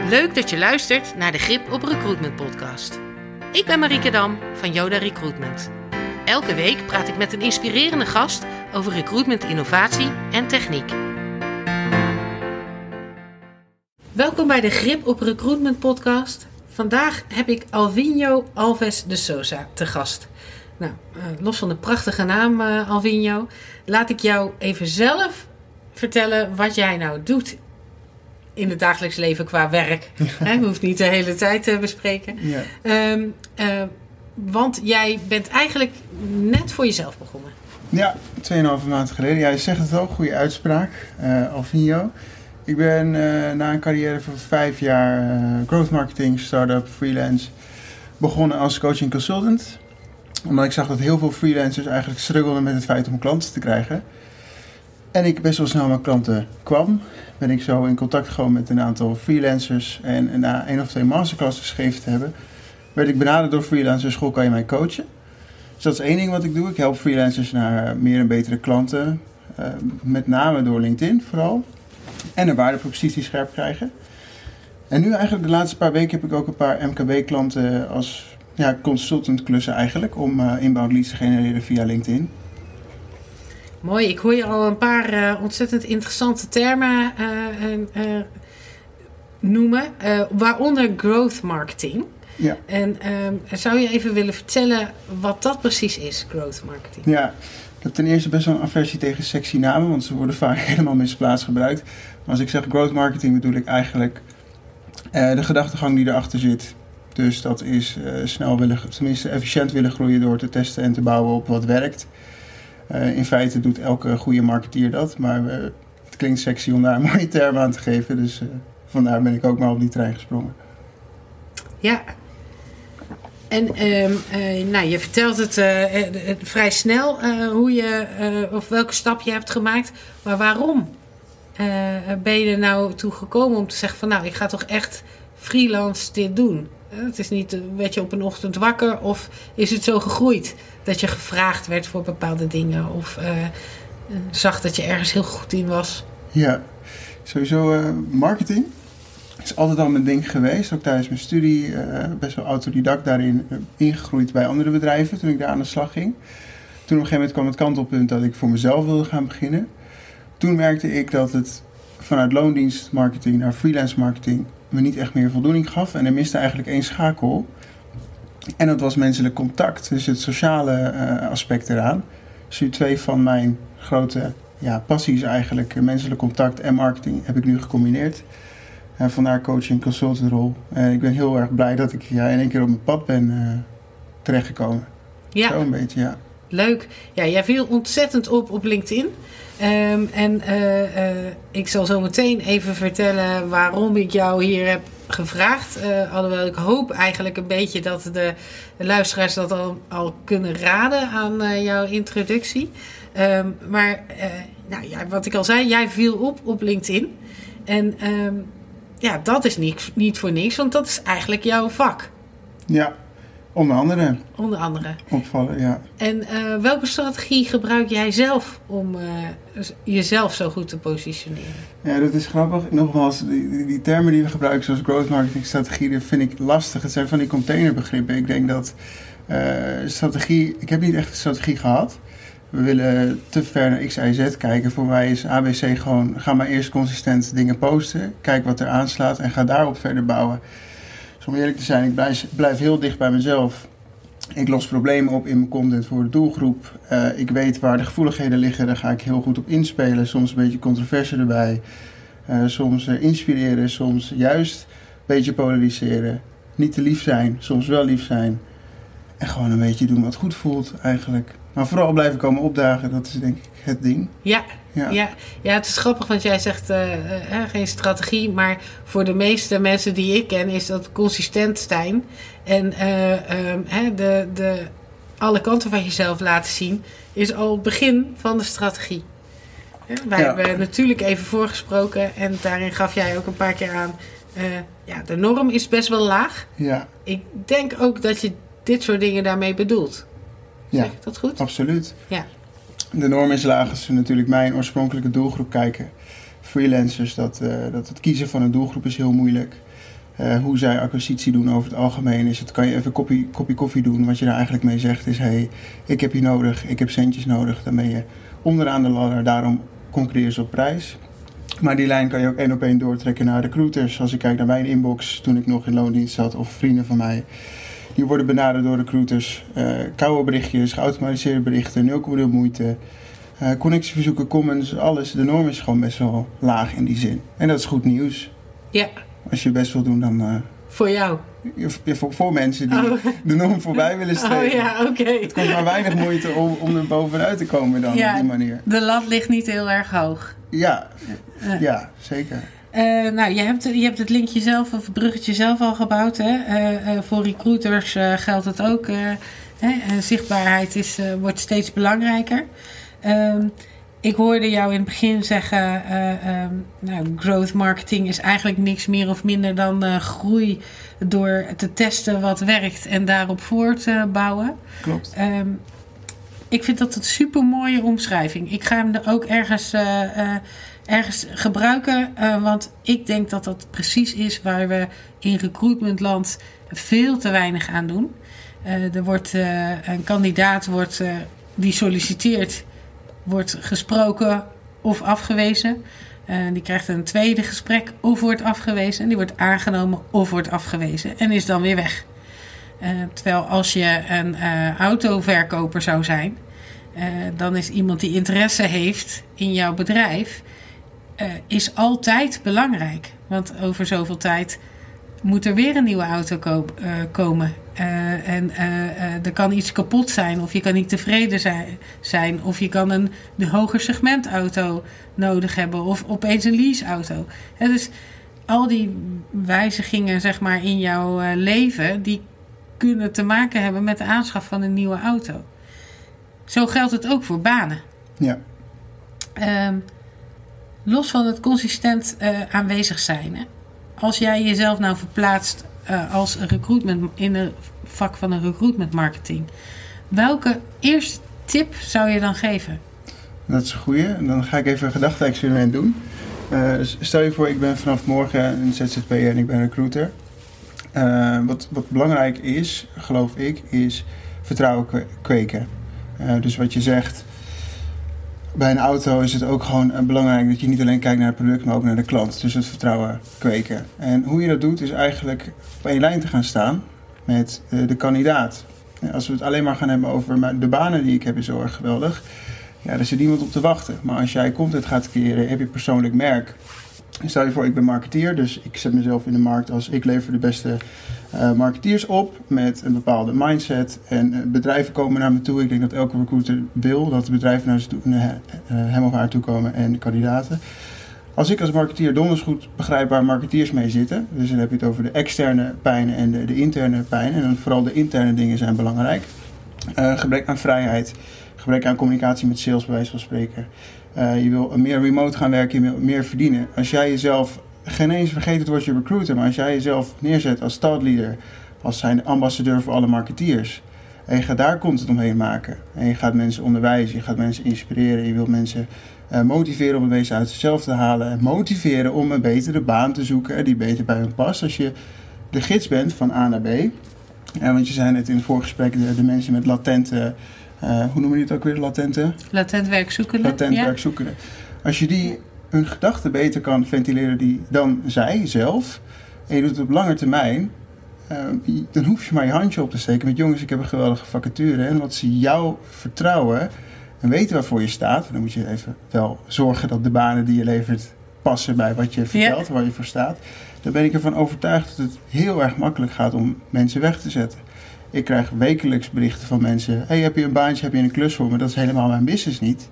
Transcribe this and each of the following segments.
Leuk dat je luistert naar de Grip op Recruitment podcast. Ik ben Marieke Dam van Yoda Recruitment. Elke week praat ik met een inspirerende gast over recruitment, innovatie en techniek. Welkom bij de Grip op Recruitment podcast. Vandaag heb ik Alvinho Alves de Souza te gast. Nou, los van de prachtige naam Alvinho, laat ik jou even zelf vertellen wat jij nou doet in het dagelijks leven qua werk. Ja. Je hoeft niet de hele tijd te bespreken. Ja. Want jij bent eigenlijk net voor jezelf begonnen. Ja, 2,5 maand geleden. Ja, je zegt het al, goede uitspraak. Alvinho. Ik ben na een carrière van 5 jaar growth marketing, start-up, freelance begonnen als coach en consultant. Omdat ik zag dat heel veel freelancers eigenlijk struggelden met het feit om klanten te krijgen. En ik best wel snel mijn klanten kwam, ben ik zo in contact gekomen met een aantal freelancers. En na 1 of 2 masterclasses gegeven te hebben, werd ik benaderd door freelancers. School, kan je mij coachen? Dus dat is 1 ding wat ik doe. Ik help freelancers naar meer en betere klanten. Met name door LinkedIn vooral. En een waardepropositie scherp krijgen. En nu eigenlijk de laatste paar weken heb ik ook een paar MKB-klanten als consultant klussen eigenlijk. Om inbound leads te genereren via LinkedIn. Mooi, ik hoor je al een paar ontzettend interessante termen noemen. Waaronder growth marketing. Ja. En zou je even willen vertellen wat dat precies is, growth marketing? Ja, ik heb ten eerste best wel een aversie tegen sexy namen, want ze worden vaak helemaal misplaatst gebruikt. Maar als ik zeg growth marketing bedoel ik eigenlijk de gedachtegang die erachter zit. Dus dat is efficiënt willen groeien door te testen en te bouwen op wat werkt. In feite doet elke goede marketeer dat, maar het klinkt sexy om daar een mooie term aan te geven. Dus vandaar ben ik ook maar op die trein gesprongen. Ja. En je vertelt het vrij snel hoe je of welke stap je hebt gemaakt. Maar waarom ben je er nou toe gekomen om te zeggen van nou, ik ga toch echt freelance dit doen? Het is niet, werd je op een ochtend wakker of is het zo gegroeid dat je gevraagd werd voor bepaalde dingen of zag dat je ergens heel goed in was? Ja, sowieso marketing is altijd al mijn ding geweest. Ook tijdens mijn studie best wel autodidact daarin ingegroeid bij andere bedrijven toen ik daar aan de slag ging. Toen op een gegeven moment kwam het kantelpunt dat ik voor mezelf wilde gaan beginnen. Toen merkte ik dat het vanuit loondienstmarketing naar freelance marketing me niet echt meer voldoening gaf. En er miste eigenlijk 1 schakel. En dat was menselijk contact. Dus het sociale aspect eraan. Dus nu 2 van mijn grote passies eigenlijk. Menselijk contact en marketing heb ik nu gecombineerd. Vandaar coach en consultantrol. Ik ben heel erg blij dat ik in één keer op mijn pad ben terechtgekomen. Ja. Zo een beetje, ja. Leuk. Ja, jij viel ontzettend op LinkedIn. Ik zal zo meteen even vertellen waarom ik jou hier heb gevraagd. Alhoewel ik hoop eigenlijk een beetje dat de luisteraars dat al kunnen raden aan jouw introductie. Wat ik al zei, jij viel op LinkedIn. En dat is niet voor niks, want dat is eigenlijk jouw vak. Ja. Onder andere. Opvallen, ja. En welke strategie gebruik jij zelf om jezelf zo goed te positioneren? Ja, dat is grappig. Nogmaals, die termen die we gebruiken zoals growth marketing strategie, dat vind ik lastig. Het zijn van die containerbegrippen. Ik denk dat strategie, ik heb niet echt een strategie gehad. We willen te ver naar X, Y, Z kijken. Voor mij is ABC gewoon, ga maar eerst consistent dingen posten. Kijk wat er aanslaat en ga daarop verder bouwen. Dus om eerlijk te zijn, ik blijf heel dicht bij mezelf. Ik los problemen op in mijn content voor de doelgroep. Ik weet waar de gevoeligheden liggen, daar ga ik heel goed op inspelen. Soms een beetje controverse erbij. Soms inspireren, soms juist een beetje polariseren. Niet te lief zijn, soms wel lief zijn. En gewoon een beetje doen wat goed voelt eigenlijk. Maar vooral blijven komen opdagen, dat is denk ik het ding. Ja, het is grappig, want jij zegt geen strategie. Maar voor de meeste mensen die ik ken is dat consistent zijn. En alle kanten van jezelf laten zien is al het begin van de strategie. Wij hebben natuurlijk even voorgesproken en daarin gaf jij ook een paar keer aan. De norm is best wel laag. Ja. Ik denk ook dat je dit soort dingen daarmee bedoelt. Zeg ik dat goed? Absoluut. Ja. De norm is laag als we natuurlijk mijn oorspronkelijke doelgroep kijken. Freelancers, dat het kiezen van een doelgroep is heel moeilijk. hoe zij acquisitie doen over het algemeen. Kan je even een kopje koffie doen. Wat je daar eigenlijk mee zegt is, ik heb je nodig, ik heb centjes nodig. Dan ben je onderaan de ladder, daarom concurreer ze op prijs. Maar die lijn kan je ook 1 op 1 doortrekken naar recruiters. Als ik kijk naar mijn inbox toen ik nog in loondienst zat, of vrienden van mij. Die worden benaderd door recruiters. Koude berichtjes, geautomatiseerde berichten, 0,0 moeite. Connectieverzoeken, comments, alles. De norm is gewoon best wel laag in die zin. En dat is goed nieuws. Ja. Als je best wil doen, dan... Voor jou? Voor mensen die de norm voorbij willen streven. Oh ja, oké. Het kost maar weinig moeite om er bovenuit te komen dan op die manier. De lat ligt niet heel erg hoog. Ja, zeker. Nou, je hebt het linkje zelf of het bruggetje zelf al gebouwd. Hè? Voor recruiters geldt het ook. Zichtbaarheid wordt steeds belangrijker. Ik hoorde jou in het begin zeggen, growth marketing is eigenlijk niks meer of minder dan groei door te testen wat werkt en daarop voortbouwen. Klopt. Ik vind dat een super mooie omschrijving. Ik ga hem er ook ergens gebruiken, want ik denk dat dat precies is waar we in recruitmentland veel te weinig aan doen. Er wordt een kandidaat die solliciteert, wordt gesproken of afgewezen. Die krijgt een tweede gesprek of wordt afgewezen. Die wordt aangenomen of wordt afgewezen en is dan weer weg. Terwijl als je een autoverkoper zou zijn, dan is iemand die interesse heeft in jouw bedrijf, is altijd belangrijk. Want over zoveel tijd moet er weer een nieuwe auto komen. Er kan iets kapot zijn, of je kan niet tevreden zijn, of je kan een hoger segment auto nodig hebben, of opeens een leaseauto. Dus al die wijzigingen, zeg maar, in jouw leven, die kunnen te maken hebben met de aanschaf van een nieuwe auto. Zo geldt het ook voor banen. Ja. Los van het consistent aanwezig zijn. Hè? Als jij jezelf nou verplaatst als recruitment in het vak van een recruitment marketing, welke eerste tip zou je dan geven? Dat is een goeie. Dan ga ik even een gedachte-experiment doen. Stel je voor, ik ben vanaf morgen een ZZP'er en ik ben recruiter. Wat belangrijk is, geloof ik, is vertrouwen kweken. Dus wat je zegt, bij een auto is het ook gewoon belangrijk dat je niet alleen kijkt naar het product, maar ook naar de klant. Dus het vertrouwen kweken. En hoe je dat doet, is eigenlijk op één lijn te gaan staan met de kandidaat. Als we het alleen maar gaan hebben over de banen die ik heb, is heel erg geweldig. Ja, er zit niemand op te wachten. Maar als jij content gaat creëren, heb je persoonlijk merk. Stel je voor, ik ben marketeer, dus ik zet mezelf in de markt als ik lever de beste marketeers op met een bepaalde mindset. En bedrijven komen naar me toe. Ik denk dat elke recruiter wil dat de bedrijven naar hem of haar toe komen en de kandidaten. Als ik als marketeer donders goed begrijp waar marketeers mee zitten, dus dan heb je het over de externe pijnen en de interne pijnen. En dan vooral de interne dingen zijn belangrijk. Gebrek aan vrijheid, gebrek aan communicatie met sales, bij wijze van spreken. Je wil meer remote gaan werken, je wil meer verdienen. Als jij jezelf, geen eens vergeet het woordje recruiter, maar als jij jezelf neerzet als thought leader, als zijn ambassadeur voor alle marketeers, en je gaat daar content omheen maken, en je gaat mensen onderwijzen, je gaat mensen inspireren, je wilt mensen motiveren om het meeste uit zichzelf te halen, en motiveren om een betere baan te zoeken die beter bij hun past. Als je de gids bent van A naar B, want je zei net in het voorgesprek, de mensen met latente, hoe noemen die het ook weer, Latent werkzoekende. Werkzoekende. Als je die hun gedachten beter kan ventileren dan zij zelf, en je doet het op lange termijn, dan hoef je maar je handje op te steken met jongens, ik heb een geweldige vacature. En wat ze jou vertrouwen en weten waarvoor je staat, dan moet je even wel zorgen dat de banen die je levert passen bij wat je vertelt, waar je voor staat. Dan ben ik ervan overtuigd dat het heel erg makkelijk gaat om mensen weg te zetten. Ik krijg wekelijks berichten van mensen, hey, heb je een baantje, heb je een klus voor me? Dat is helemaal mijn business niet.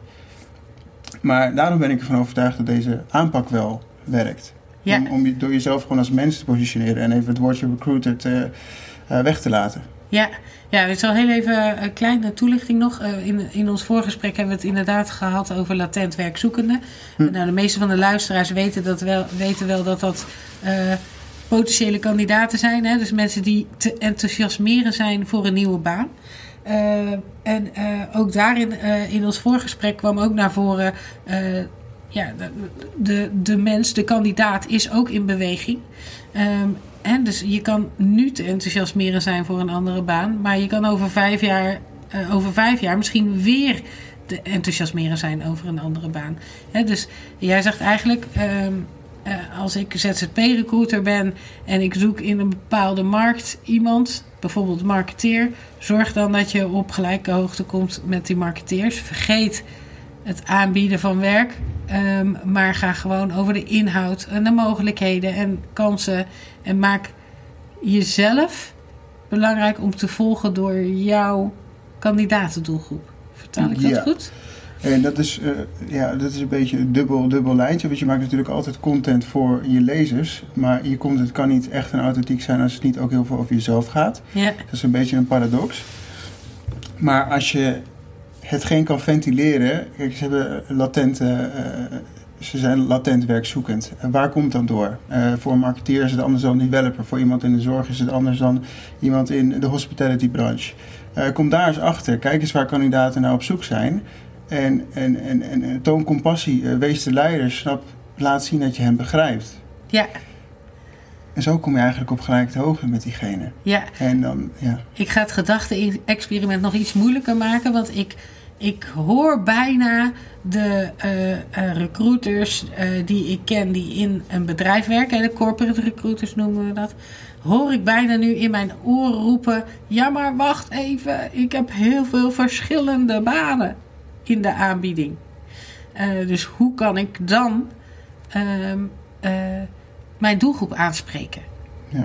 Maar daarom ben ik ervan overtuigd dat deze aanpak wel werkt. Ja. Door jezelf gewoon als mens te positioneren en even het woordje recruiter weg te laten. Ja, het is al heel even een kleine toelichting nog. In ons voorgesprek hebben we het inderdaad gehad over latent werkzoekenden. Nou, de meeste van de luisteraars weten wel dat potentiële kandidaten zijn. Hè? Dus mensen die te enthousiasmeren zijn voor een nieuwe baan. Ook daarin, in ons voorgesprek kwam ook naar voren, de mens, de kandidaat, is ook in beweging. Dus je kan nu te enthousiasmeren zijn voor een andere baan. Maar je kan over 5 jaar misschien weer te enthousiasmeren zijn over een andere baan. Dus jij zegt eigenlijk, als ik ZZP-recruiter ben en ik zoek in een bepaalde markt iemand, bijvoorbeeld marketeer, zorg dan dat je op gelijke hoogte komt met die marketeers. Vergeet het aanbieden van werk, maar ga gewoon over de inhoud en de mogelijkheden en kansen en maak jezelf belangrijk om te volgen door jouw kandidatendoelgroep. Vertaal ik dat goed? En dat is een beetje een dubbel lijntje. Want je maakt natuurlijk altijd content voor je lezers. Maar je content kan niet echt en authentiek zijn als het niet ook heel veel over jezelf gaat. Ja. Dat is een beetje een paradox. Maar als je hetgeen kan ventileren. Kijk, ze zijn latent werkzoekend. En waar komt dat door? Voor een marketeer is het anders dan een developer. Voor iemand in de zorg is het anders dan iemand in de hospitality branche. Kom daar eens achter. Kijk eens waar kandidaten nou op zoek zijn. En toon compassie. Wees de leider. Laat zien dat je hem begrijpt. Ja. En zo kom je eigenlijk op gelijke hoogte met diegene. Ja. En dan, ja. Ik ga het gedachte-experiment nog iets moeilijker maken. Want ik hoor bijna de recruiters die ik ken die in een bedrijf werken. De corporate recruiters noemen we dat. Hoor ik bijna nu in mijn oren roepen. Ja, maar wacht even. Ik heb heel veel verschillende banen in de aanbieding. Dus hoe kan ik dan mijn doelgroep aanspreken? Ja.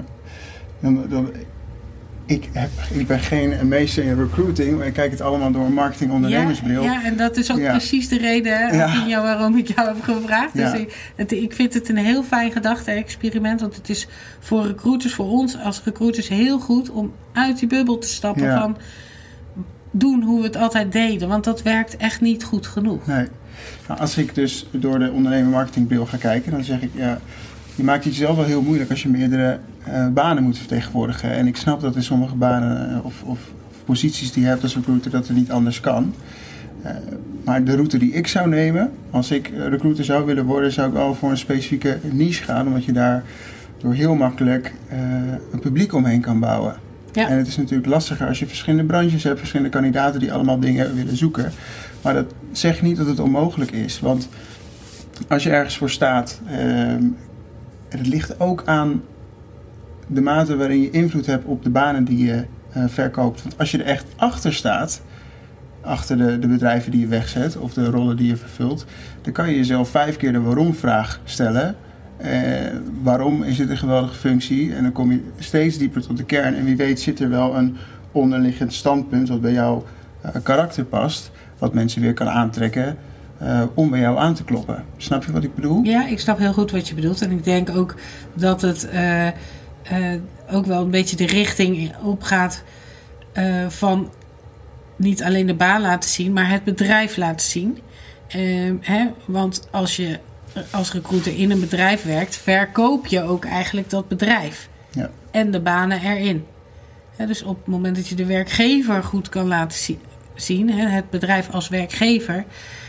Ik ben geen meester in recruiting, maar ik kijk het allemaal door een marketing-ondernemersbril. Ja, en dat is ook precies de reden waarom ik jou heb gevraagd. Ja. Dus ik vind het een heel fijn gedachte-experiment, want het is voor recruiters, voor ons als recruiters heel goed om uit die bubbel te stappen van doen hoe we het altijd deden, want dat werkt echt niet goed genoeg. Nee. Nou, als ik dus door de ondernemer-marketingbril ga kijken, dan zeg ik je maakt het jezelf wel heel moeilijk als je meerdere banen moet vertegenwoordigen. En ik snap dat in sommige banen of posities die je hebt als recruiter dat het niet anders kan. Maar de route die ik zou nemen, als ik recruiter zou willen worden, zou ik wel voor een specifieke niche gaan. Omdat je daar door heel makkelijk een publiek omheen kan bouwen. Ja. En het is natuurlijk lastiger als je verschillende branches hebt, verschillende kandidaten die allemaal dingen willen zoeken. Maar dat zegt niet dat het onmogelijk is. Want als je ergens voor staat, het ligt ook aan de mate waarin je invloed hebt op de banen die je verkoopt. Want als je er echt achter staat, achter de bedrijven die je wegzet of de rollen die je vervult, dan kan je jezelf 5 keer de waarom-vraag stellen. Waarom is dit een geweldige functie? En dan kom je steeds dieper tot de kern. En wie weet zit er wel een onderliggend standpunt wat bij jouw karakter past, wat mensen weer kan aantrekken om bij jou aan te kloppen. Snap je wat ik bedoel? Ja, ik snap heel goed wat je bedoelt. En ik denk ook dat het ook wel een beetje de richting opgaat van niet alleen de baan laten zien, maar het bedrijf laten zien. Want als je als recruiter in een bedrijf werkt, verkoop je ook eigenlijk dat bedrijf. Ja. En de banen erin. Dus op het moment dat je de werkgever goed kan laten zien, het bedrijf als werkgever.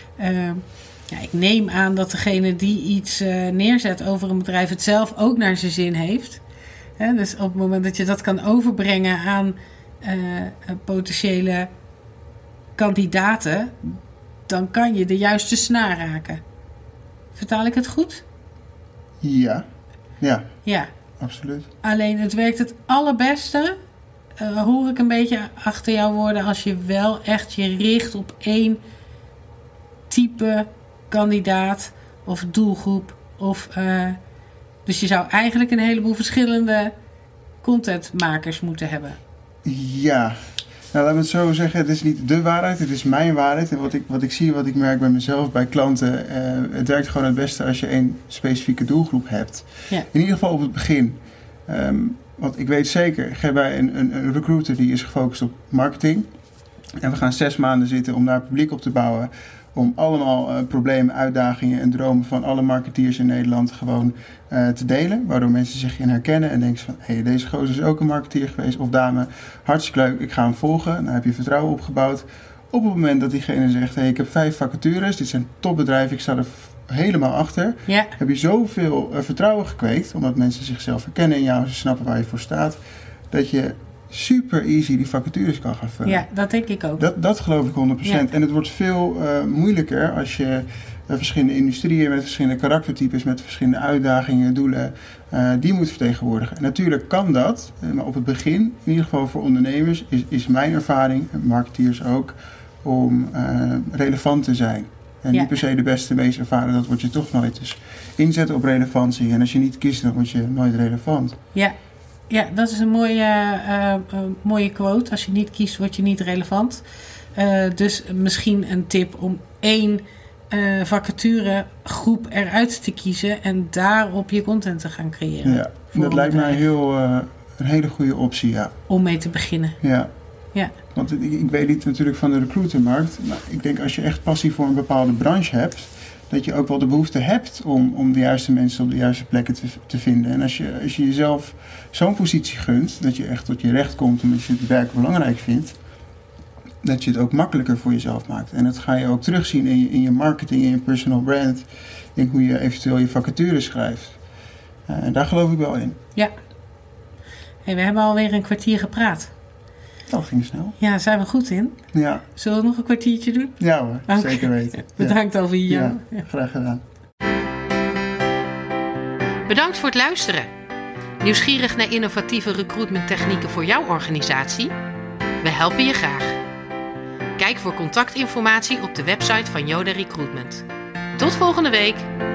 Ik neem aan dat degene die iets neerzet over een bedrijf het zelf ook naar zijn zin heeft. Dus op het moment dat je dat kan overbrengen aan potentiële kandidaten, dan kan je de juiste snaar raken. Vertaal ik het goed? Ja. Ja. Absoluut. Alleen het werkt het allerbeste, hoor ik een beetje achter jouw woorden, als je wel echt je richt op één type kandidaat of doelgroep. Dus je zou eigenlijk een heleboel verschillende contentmakers moeten hebben. Ja. Nou, laten we het zo zeggen, het is niet de waarheid, het is mijn waarheid. En wat ik zie, wat ik merk bij mezelf, bij klanten, het werkt gewoon het beste als je één specifieke doelgroep hebt. Ja. In ieder geval op het begin. Want ik weet zeker, ga bij een recruiter die is gefocust op marketing. En we gaan 6 maanden zitten om daar publiek op te bouwen. Om allemaal problemen, uitdagingen en dromen van alle marketeers in Nederland gewoon te delen. Waardoor mensen zich in herkennen en denken van, hey, deze gozer is ook een marketeer geweest of dame. Hartstikke leuk, ik ga hem volgen. Dan heb je vertrouwen opgebouwd. Op het moment dat diegene zegt, hey, ik heb 5 vacatures, dit zijn topbedrijven, ik sta er helemaal achter. Ja. Heb je zoveel vertrouwen gekweekt, omdat mensen zichzelf herkennen in jou, ze snappen waar je voor staat, dat je super easy die vacatures kan gaan vullen. Ja, dat denk ik ook. Dat geloof ik 100%. Ja. En het wordt veel moeilijker als je verschillende industrieën met verschillende karaktertypes, met verschillende uitdagingen, doelen, die moet vertegenwoordigen. En natuurlijk kan dat, maar op het begin, in ieder geval voor ondernemers, is mijn ervaring, en marketeers ook, om relevant te zijn. En niet per se de beste, meest ervaren, dat word je toch nooit. Dus inzetten op relevantie. En als je niet kiest, dan word je nooit relevant. Ja, dat is een mooie quote. Als je niet kiest, word je niet relevant. Dus misschien een tip om 1 vacaturegroep eruit te kiezen en daarop je content te gaan creëren. Ja, dat lijkt mij een hele goede optie, ja. Om mee te beginnen. Ja. Ja. Want ik weet niet natuurlijk van de recruitermarkt, maar ik denk als je echt passie voor een bepaalde branche hebt, dat je ook wel de behoefte hebt om de juiste mensen op de juiste plekken te vinden. En als je jezelf zo'n positie gunt, dat je echt tot je recht komt omdat je het werk belangrijk vindt, dat je het ook makkelijker voor jezelf maakt. En dat ga je ook terugzien in je marketing, in je personal brand, in hoe je eventueel je vacatures schrijft. En daar geloof ik wel in. Ja. Hey, we hebben alweer een kwartier gepraat. Dat ging snel. Ja, daar zijn we goed in. Ja. Zullen we nog een kwartiertje doen? Ja hoor, Okay. zeker weten. Bedankt alweer, Jan. Ja, graag gedaan. Bedankt voor het luisteren. Nieuwsgierig naar innovatieve recruitmenttechnieken voor jouw organisatie? We helpen je graag. Kijk voor contactinformatie op de website van Yoda Recruitment. Tot volgende week!